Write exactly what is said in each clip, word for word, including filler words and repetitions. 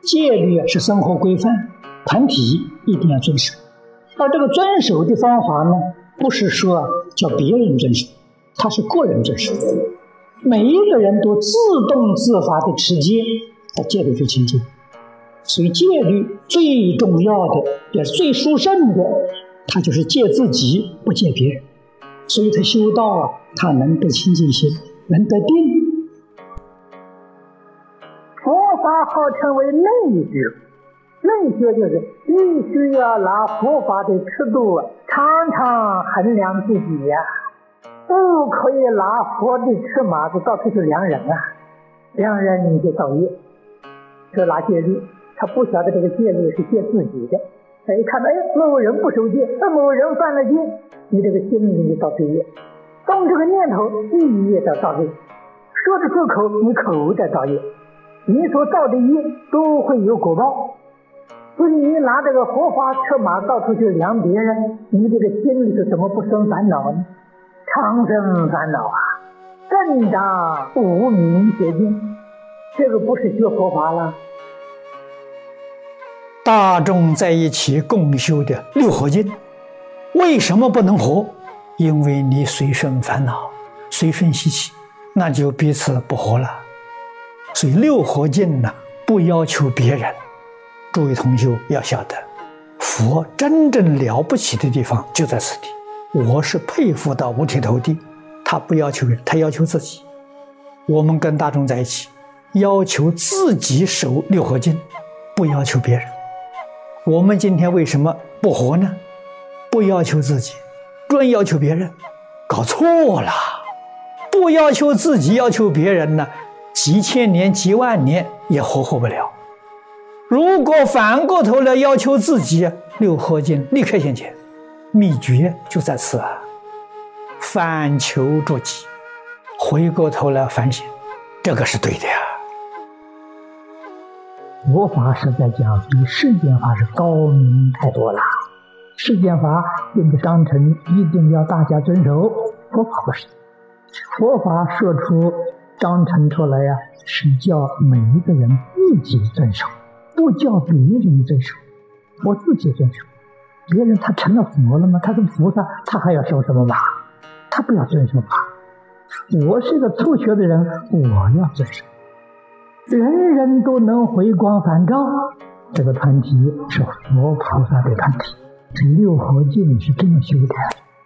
戒律是生活规范，团体一定要遵守。而这个遵守的方法呢，不是说叫别人遵守，它是个人遵守。每一个人都自动自发的持戒，他戒律就清净。所以戒律最重要的也是最殊胜的，他就是戒自己，不戒别人。所以他修道啊，他能得清净心，能得定。 佛法号称为内学，内学就是必须要拿佛法的尺度常常衡量自己呀、啊，不可以拿佛的尺码子到处去量人啊，量人你就造业。就拿戒律，他不晓得这个戒律是戒自己的，他一看到哎某人不守戒，那某人犯了戒，你这个心里就造罪业，动这个念头意业的造罪，说的出口你口的造业，你所造的业都会有果报。所以你拿这个佛法尺码到处去量别人，你这个心里头怎么不生烦恼呢？常生烦恼啊，正当无明邪见，这个不是学佛法了。 大众在一起共修的六合敬，为什么不能合？因为你随顺烦恼，随顺习气，那就彼此不合了。所以六合敬呢，不要求别人。诸位同修要晓得，佛真正了不起的地方就在此地。我是佩服到五体投地，他不要求人，他要求自己。我们跟大众在一起，要求自己守六合敬，不要求别人。我们今天为什么不活呢？不要求自己，专要求别人，搞错了。不要求自己，要求别人呢，几千年几万年也活活不了。如果反过头来要求自己，六合敬立刻现前。秘诀就在此啊，反求诸己，回过头来反省，这个是对的呀。 佛法是在讲比世间法是高明太多了。世间法定的章程一定要大家遵守，佛法不是。佛法说出章程出来呀、啊，是叫每一个人自己遵守，不叫别人遵守。我自己遵守，别人他成了佛了吗？他是菩萨，他还要守什么法？他不要遵守法。我是个初学的人，我要遵守。人人都能回光返照，这个团体是佛菩萨的团体。这六合敬是这么修的。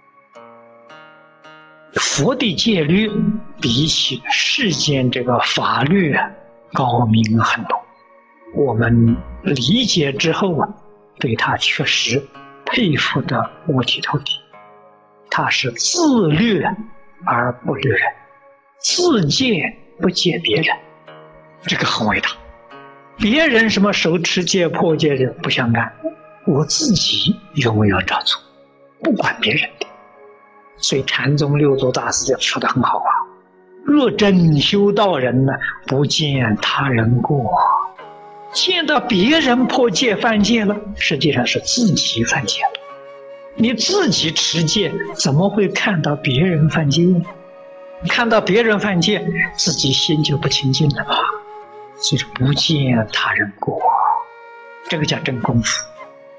佛的戒律比起世间这个法律高明很多。我们理解之后啊，对他确实佩服得五体投地。他是自律而不律人，自戒不戒别人，这个很伟大。别人什么守持戒破戒的不相干，我自己永远照做，不管别人的。所以禅宗六祖大师说得很好啊，若真修道人呢，不见他人过，见到别人破戒犯戒了，实际上是自己犯戒了。你自己持戒，怎么会看到别人犯戒呢？看到别人犯戒，自己心就不清净了吧？所以不见他人过，这个叫真功夫。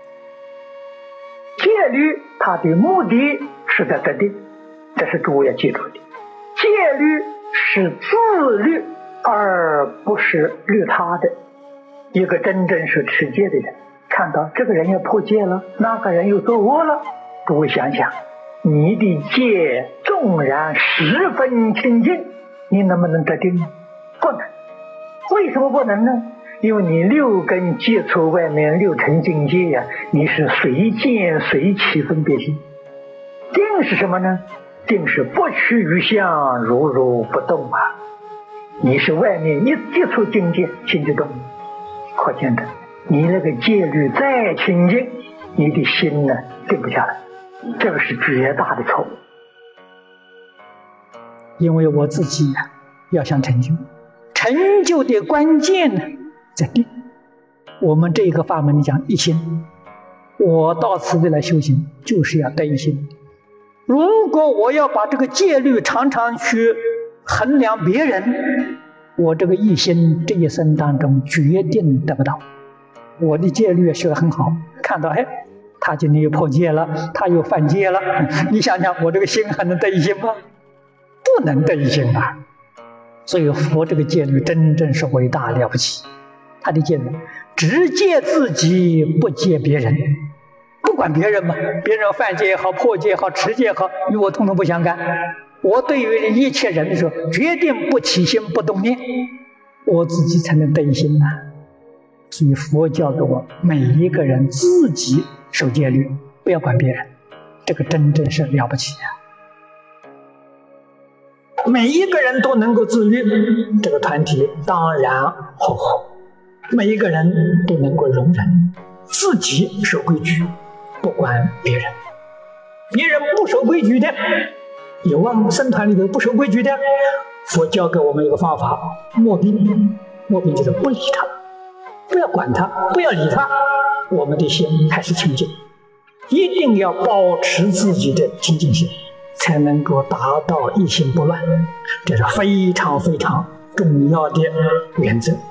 戒律它的目的是在得定，这是诸位要记住的。戒律是自律，而不是律他的。一个真正是持戒的人，看到这个人要破戒了，那个人又做恶了，诸位想想，你的戒纵然十分清净，你能不能得定？不能。为什么不能呢？因为你六根接触外面六尘境界呀、啊，你是随见随起分别心。定是什么呢？定是不取于相，如如不动啊。你是外面一接触境界，心就动了。可见的，你那个戒律再清净，你的心呢定不下来，这个是绝大的错误。 因为我自己呀、啊，要想成就，成就的关键呢在定。我们这个法门里讲一心，我到此地来修行，就是要得一心。如果我要把这个戒律常常去衡量别人， 我这个一心这一生当中决定得不到。我的戒律学得很好，看到哎，他今天又破戒了，他又犯戒了，你想想我这个心还能得一心吗？不能得一心啊！所以佛这个戒律真正是伟大了不起。他的戒律只戒自己，不戒别人，不管别人嘛，别人犯戒也好，破戒也好，持戒也好，与我通通不相干。我对于一切人的时候，决定不起心不动念，我自己才能得一心呐。所以佛教给我每一个人自己守戒律，不要管别人，这个真正是了不起啊！每一个人都能够自律，这个团体当然厚厚；每一个人都能够容忍，自己守规矩，不管别人。别人不守规矩的，有啊，僧团里头不守规矩的，佛教给我们一个方法：默宾。默宾就是不理他，不要管他，不要理他，我们的心还是清净。一定要保持自己的清净心，才能够达到一心不乱，这是非常非常重要的原则。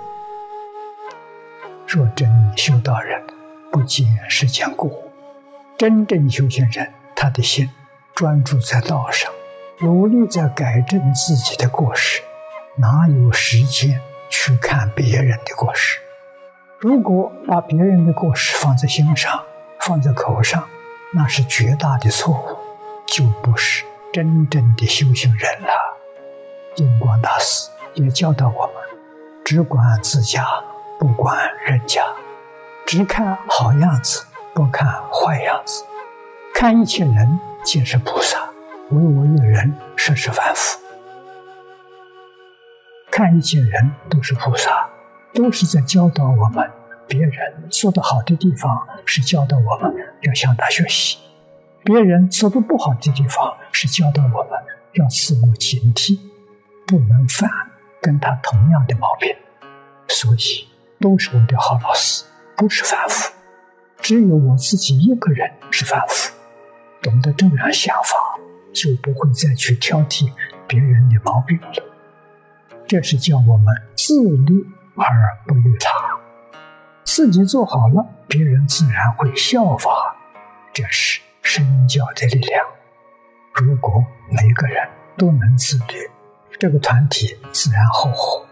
若真修道人，不见世间过。真正修行人，他的心专注在道上，努力在改正自己的过失，哪有时间去看别人的过失？如果把别人的过失放在心上，放在口上，那是绝大的错误，就不是真正的修行人了。印光大师也教导我们，只管自家，不管人家，只看好样子，不看坏样子。看一切人皆是菩萨，唯我一人实是凡夫。看一切人都是菩萨，都是在教导我们，别人做得好的地方是教导我们要向他学习，别人做得不好的地方是教导我们要自我警惕，不能犯跟他同样的毛病。所以都是我的好老师，不是凡夫，只有我自己一个人是凡夫。懂得这样想法，就不会再去挑剔别人的毛病了。这是叫我们自律而不律他，自己做好了，别人自然会效法，这是身教的力量。如果每个人都能自律，这个团体自然厚厚。